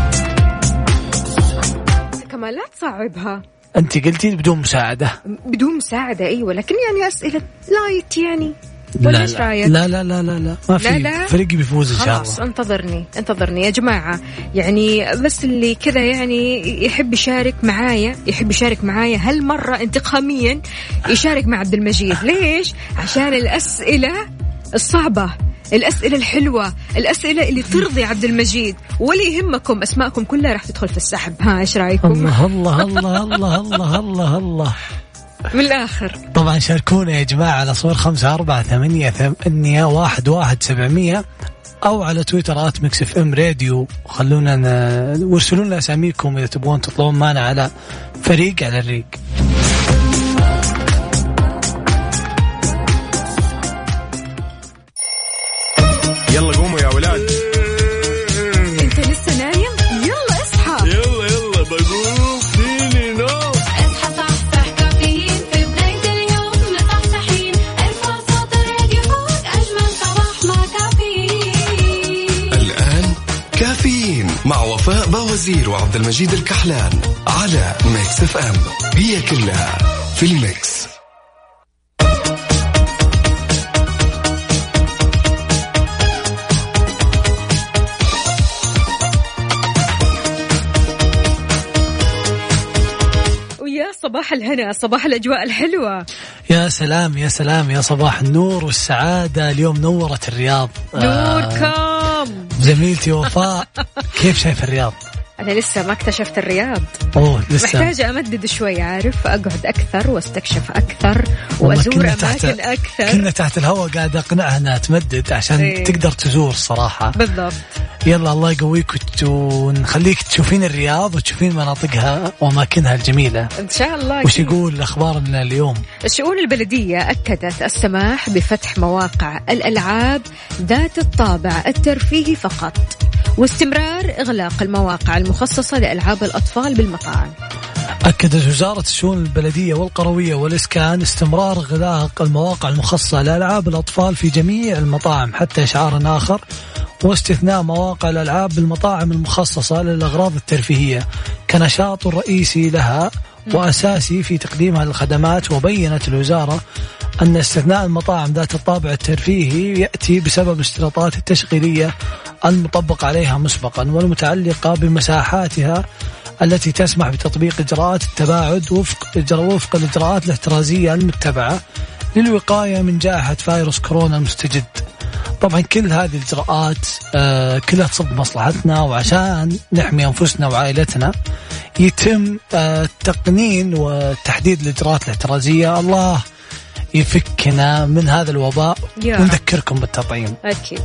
كمان لا تصعبها.
انت قلتي بدون مساعدة.
بدون مساعدة ايوه، لكن يعني اسئلة لايت يعني.
لا ايش رايك؟ لا لا لا لا لا ما في، فريقي بيفوز ان شاء الله.
خلاص انتظرني انتظرني يا جماعة، يعني بس اللي كذا يعني يحب يشارك معايا يحب يشارك معايا هالمرة انتقاميا يشارك مع عبد المجيد. ليش؟ عشان الأسئلة الصعبة، الأسئلة الحلوة، الأسئلة اللي ترضي عبد المجيد، واللي يهمكم أسماءكم كلها راح تدخل في السحب. ها إيش رأيكم؟
الله الله الله الله الله الله الله.
من الآخر
طبعا شاركونا يا جماعة على صفر خمسة أربعة ثمانية ثمانية واحد واحد سبعمية أو على تويتر آت ميكس اف ام راديو. خلونا ن... وارسلوا لنا أساميكم إذا تبغون تطلعون معنا على فريق على الريق.
يلا قوموا يا ولاد.
انت لسه نايم؟ يلا اصحى.
يلا يلا بقوم فيني نوم.
اصحى صحصح كافيين في بداية اليوم مصحصحين. ارفع صوت الراديو فوق أجمل صباح مع كافيين.
الآن كافيين مع وفاء باوزير وعبد المجيد الكحلان على ميكس اف ام. هي كلها في الميكس.
صباح الهنا، صباح الأجواء الحلوة.
يا سلام يا سلام، يا صباح النور والسعادة. اليوم نورت الرياض.
نوركم.
آه زميلتي وفاء، كيف شايف الرياض؟
أنا لسه ما اكتشفت الرياض.
أوه لسه
محتاجة أمدد شوي، عارف، أقعد أكثر واستكشف أكثر وأزور أماكن أكثر.
كنا تحت الهواء قاعدة أقنعها أنها تمدد عشان ايه. تقدر تزور صراحة.
بالضبط.
يلا الله يقويك ونخليك تشوفين الرياض وتشوفين مناطقها وأماكنها الجميلة
إن شاء الله.
وش يقول أخبارنا اليوم؟
الشؤون البلدية أكدت السماح بفتح مواقع الألعاب ذات الطابع الترفيهي فقط، واستمرار إغلاق المواقع المخصصة لألعاب الأطفال بالمطاعم.
أكدت وزارة الشؤون البلدية والقروية والإسكان استمرار إغلاق المواقع المخصصة لألعاب الأطفال في جميع المطاعم حتى إشعار آخر، واستثناء مواقع الألعاب بالمطاعم المخصصة للأغراض الترفيهية كنشاط رئيسي لها وأساسي في تقديمها للخدمات. وبينت الوزارة أن استثناء المطاعم ذات الطابع الترفيهي يأتي بسبب الاشتراطات التشغيلية المطبق عليها مسبقا والمتعلقة بمساحاتها التي تسمح بتطبيق إجراءات التباعد وفق وفق الإجراءات الاحترازية المتبعة للوقاية من جائحة فيروس كورونا المستجد. طبعا كل هذه الإجراءات آه كلها تصب مصلحتنا، وعشان نحمي أنفسنا وعائلتنا يتم آه تقنين وتحديد الإجراءات الاحترازية. الله يفكنا من هذا الوباء ونذكركم بالتطعيم.
أكيد.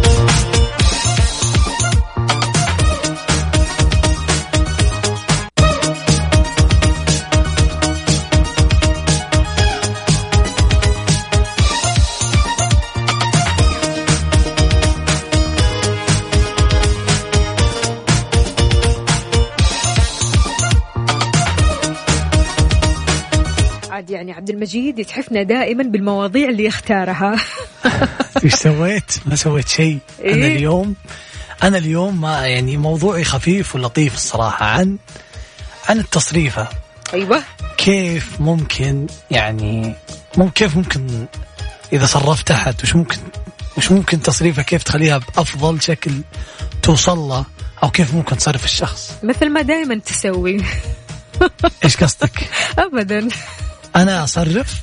يعني عبد المجيد يتحفنا دائما بالمواضيع اللي يختارها.
ايش سويت؟ ما سويت شيء.
إيه؟
انا اليوم انا اليوم ما يعني موضوعي خفيف ولطيف الصراحه عن عن التصريفه.
ايوه.
كيف ممكن يعني ممكن كيف ممكن اذا صرفت احد وش ممكن وش ممكن تصريفه كيف تخليها بافضل شكل توصل له، او كيف ممكن تصرف الشخص
مثل ما دائما تسوي.
ايش قصدك؟
ابدا
أنا أصرف.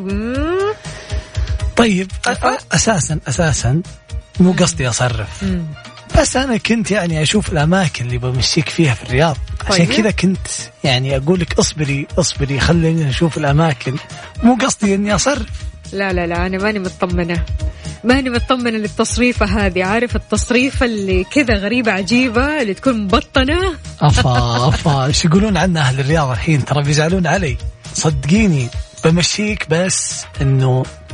طيب أساسا أساسا مو قصدي أصرف، بس أنا كنت يعني أشوف الأماكن اللي بمشيك فيها في الرياض، عشان كذا كنت يعني أقول لك اصبري اصبري خليني نشوف الأماكن، مو قصدي إني أصرف.
لا لا لا أنا ماني مطمنة ماني مطمنة للتصريفة هذه. عارف التصريفة اللي كذا غريبة عجيبة اللي تكون مبطنة.
أفا أفا إيش يقولون عنا أهل الرياض الحين؟ ترى بيزعلون علي صدقيني. بمشيك بس إنه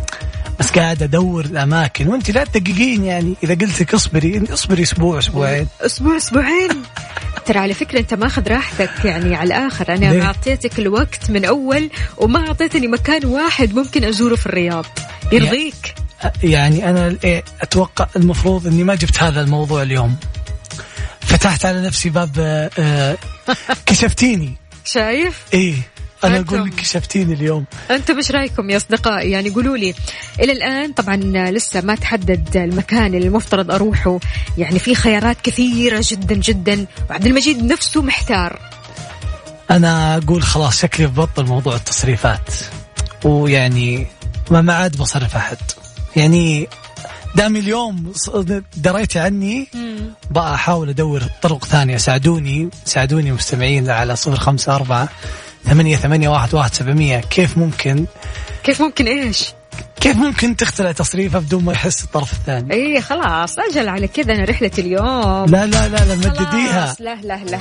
بس قاعد ادور الاماكن وانت لا تدققين. يعني اذا قلت لك اصبري اصبري اسبوع اسبوعين
اسبوع اسبوعين. ترى على فكرة أنت ماخذ راحتك يعني على الآخر. أنا
ليه؟
أعطيتك الوقت من أول وما أعطيتني مكان واحد ممكن أزوره في الرياض يرضيك.
يعني أنا أتوقع المفروض أني ما جبت هذا الموضوع اليوم. فتحت على نفسي باب. كشفتيني.
شايف؟
إيه أنا
أنتم.
أقول لك كشفتيني اليوم.
أنتم مش رأيكم يا أصدقائي؟ يعني قولوا لي. إلى الآن طبعا لسه ما تحدد المكان اللي المفترض أروحه. يعني في خيارات كثيرة جدا جدا وعبد المجيد نفسه محتار.
أنا أقول خلاص شكلي ببطل موضوع التصريفات. ويعني ما ما عاد بصرف أحد. يعني دام اليوم دريت عني بقى أحاول أدور طرق ثانية. ساعدوني ساعدوني مستمعين على صفر خمسة أربعة ثمانية ثمانية واحد واحد سبعمية. كيف ممكن
كيف ممكن إيش
كيف ممكن تخترع تصريفه بدون ما يحس الطرف الثاني؟
إيه خلاص أجل على كذا. أنا رحلة اليوم.
لا لا لا لا مدديها.
لا لا لا لا.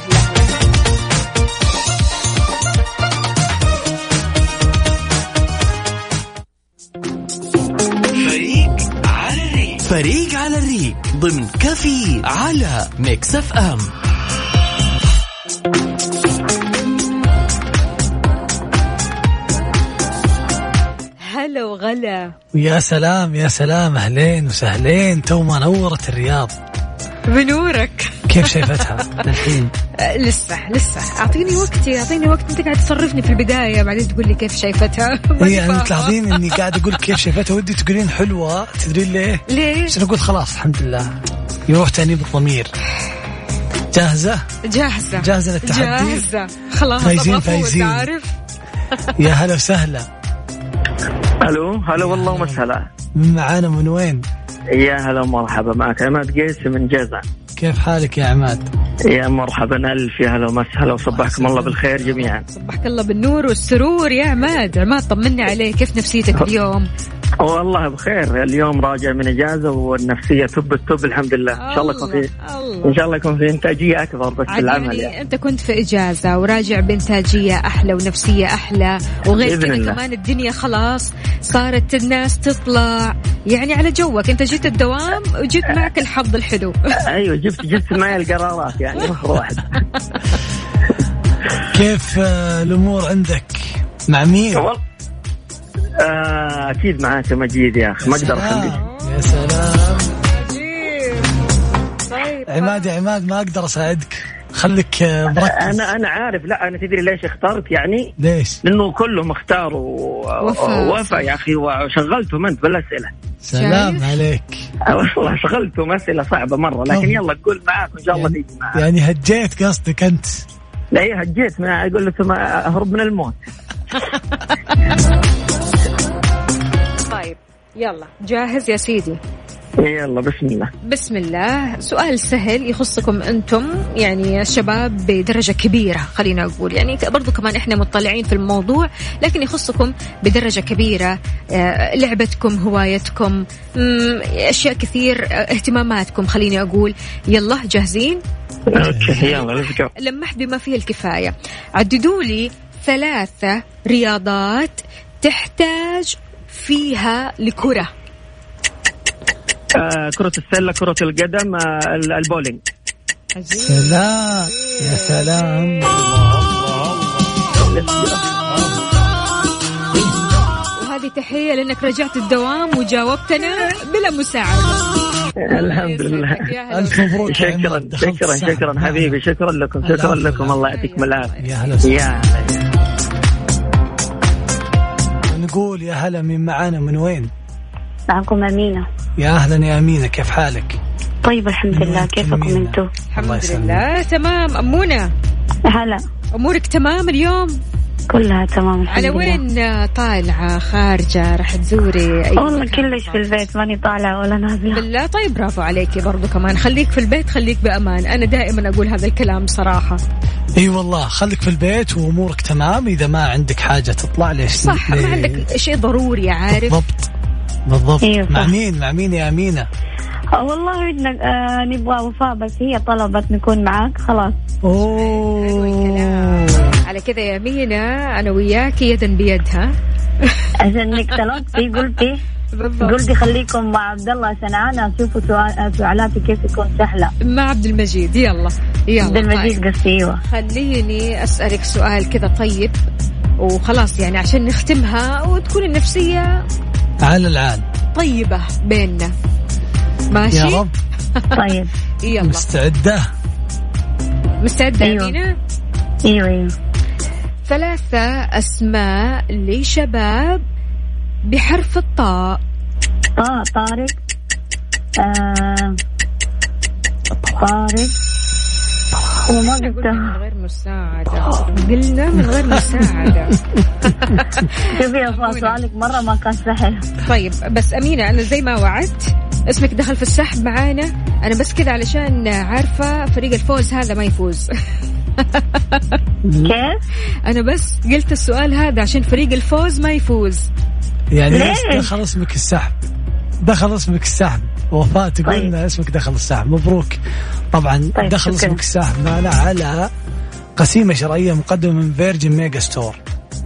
فريق على الريق فريق على الريق ضمن كافيين على ميكس اف ام.
هلا وغلا.
ويا سلام يا سلام أهلين وسهلين. تو ما نورت الرياض
بنورك.
كيف شايفتها الحين؟
أه لسه لسه أعطيني وقتي أعطيني وقت. أنت قاعد تصرفني في البداية بعدين تقول لي كيف شايفتها.
هي يعني تلاحظين إني قاعد أقول كيف شايفتها ودي تقولين حلوة. تدرين ليه؟
ليه؟
عشان أقول خلاص الحمد لله يروح تاني بالضمير. جاهزة؟
جاهزة
جاهزة للتحدي؟
جاهزة خلاص.
فايزين فايزين.
عارف.
يا هلا وسهلا.
الو هلا والله ومسهلا.
معانا من وين؟
يا هلا ومرحبا معك عماد قيس من جازان.
كيف حالك يا عماد؟
يا مرحبا ألف يا هلا ومسهلا وصبحكم الله بالخير جميعا.
صبحك الله بالنور والسرور يا عماد. عماد طمني عليك كيف نفسيتك اليوم؟
والله بخير. اليوم راجع من إجازة والنفسية تب التب الحمد لله. إن شاء الله يكون في إن شاء الله يكون في إنتاجية أكبر بس في العمل.
يعني أنت كنت في إجازة وراجع بإنتاجية أحلى ونفسية أحلى وغير كذا كمان الدنيا خلاص صارت الناس تطلع يعني على جوك. أنت جيت الدوام وجيت معك الحظ الحلو.
أيوة جبت جبت معي القرارات يعني مخر واحد.
كيف الأمور عندك مع مين؟
آه أكيد معاك مجيد يا أخي ما أقدر أخليك.
يا سلام طيب عماد يا عماد ما أقدر أساعدك خليك مركز.
أنا أنا عارف. لا أنا تدري ليش اخترت يعني
ليش؟
لأنه كلهم اختاروا وفا يا أخي وشغلتهم أنت بالأسئلة.
سلام عليك.
والله شغلتهم أسئلة صعبة مرة لكن يلا قول معاك إن شاء الله
يعني
تيجي معاك.
يعني هجيت قصدك أنت؟
لا هي هجيت ما أقول لك ما أهرب من الموت.
طيب يلا جاهز يا سيدي؟
يلا بسم الله.
بسم الله. سؤال سهل يخصكم أنتم يعني الشباب بدرجة كبيرة خلينا أقول. يعني برضو كمان إحنا مطلعين في الموضوع لكن يخصكم بدرجة كبيرة. لعبتكم هوايتكم أشياء كثير اهتماماتكم خليني أقول. يلا جاهزين؟
يلا نفكر.
لمح بما فيه الكفاية. عددوا لي ثلاثة رياضات تحتاج فيها لكرة.
آه، كرة السلة كرة القدم آه، البولينج.
سلام يا سلام.
وهذه تحية لأنك رجعت الدوام وجاوبتنا بلا مساعدة.
الحمد لله.
ألف مبروك.
شكرا شكرا شكرا حبيبي. شكرا لكم شكرا لكم الله يعطيكم العافية.
يا هلا يا نقول يا هلا من معانا من وين؟
معكم أمينة.
يا أهلا يا أمينة كيف حالك؟
طيب الحمد لله. كيفكم أنتم؟
الحمد لله تمام. أمونة
هلا
أمورك تمام اليوم؟
كلها تمام الحمد
على
لله.
وين طالعة خارجة راح تزوري؟ أي
والله كلش في البيت ماني طالعة ولا نازلة.
بالله طيب برافو عليكي برضو كمان. خليك في البيت خليك بأمان. أنا دائما أقول هذا الكلام صراحة.
اي والله خليك في البيت وامورك تمام. اذا ما عندك حاجه تطلع ليش
صح ليه؟ ما عندك شيء ضروري عارف.
بالضبط بالضبط.
أيوة
مع مين مع مين يا أمينة؟
والله بدنا آه نبغى وفاء بس هي طلبت نكون معاك خلاص.
اوه
على كذا يا أمينة أنا وياك يدا بيدها.
عشان انك طلبتي قلتي قلتي خليكم مع عبد الله عشان انا اشوف سؤال سؤالاتي كيف يكون سهله.
مع عبد المجيد. يلا يلا
عبد المجيد قصي. ايوه
خليني اسالك سؤال كذا طيب وخلاص يعني عشان نختمها وتكون النفسيه
على العال
طيبه بيننا. ماشي
يا رب.
طيب
يلا
مستعده
مستعده
أيوة.
أمينة؟
ايوه ايوه.
ثلاثة أسماء لشباب بحرف الطاء.
طاء. طارق. آه. طارق. وما قلت
من غير مساعدة. قلنا من غير مساعدة.
شوفي يا سؤالك مرة ما كان سهل.
طيب بس أمينة أنا زي ما وعدت اسمك دخل في السحب معانا. أنا بس كذا علشان عارفة فريق الفوز هذا ما يفوز.
كيف؟
أنا بس قلت السؤال هذا عشان فريق الفوز ما يفوز.
يعني بس دخل اسمك السحب. دخل اسمك السحب. وفاء تقول لنا طيب. اسمك دخل السحب. مبروك. طبعا طيب دخل شكرا. اسمك السحب معنا على قسيمة شرعية مقدمة من فيرجن ميجا ستور.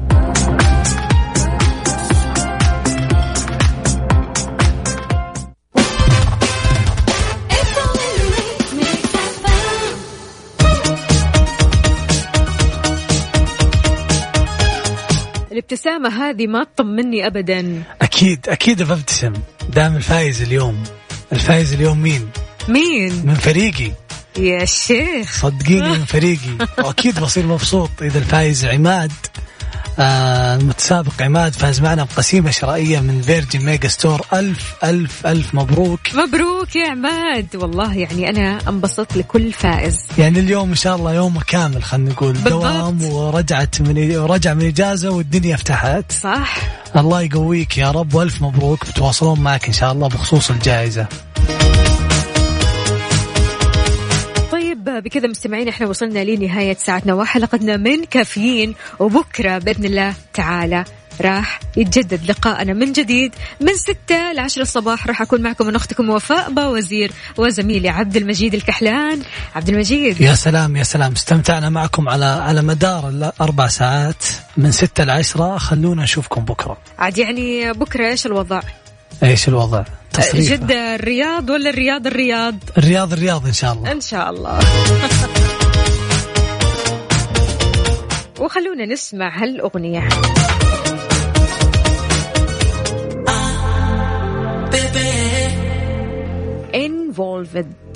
الابتسامة هذه ما تطمني أبدا.
أكيد أكيد ببتسم دام الفايز اليوم. الفايز اليوم مين؟
مين؟
من فريقي
يا شيخ.
صدقيني من فريقي. وأكيد بصير مبسوط إذا الفايز عماد. آه المتسابق عماد فاز معنا بقسيمة شرائية من فيرجن ميجا ستور. ألف ألف ألف مبروك.
مبروك يا عماد. والله يعني أنا انبسطت لكل فائز.
يعني اليوم إن شاء الله يوم كامل خلنا نقول بالضبط. دوام ورجعت من ورجع من إجازة والدنيا فتحت.
صح.
الله يقويك يا رب وألف مبروك. بتواصلون معك إن شاء الله بخصوص الجائزة.
بكذا مستمعين احنا وصلنا لنهاية ساعتنا وحلقتنا من كافيين. وبكرة بإذن الله تعالى راح يتجدد لقاءنا من جديد من ستة لعشرة الصباح. راح أكون معكم من أختكم وفاء باوزير وزميلي عبد المجيد الكحلان. عبد المجيد
يا سلام يا سلام. استمتعنا معكم على على مدار الأربع ساعات من ستة لعشرة. خلونا نشوفكم بكرة.
عاد يعني بكرة إيش الوضع؟
ايش الوضع؟ تصريفة.
جدة الرياض ولا الرياض الرياض؟
الرياض الرياض ان شاء الله.
ان شاء الله. وخلونا نسمع هالأغنية. Involved.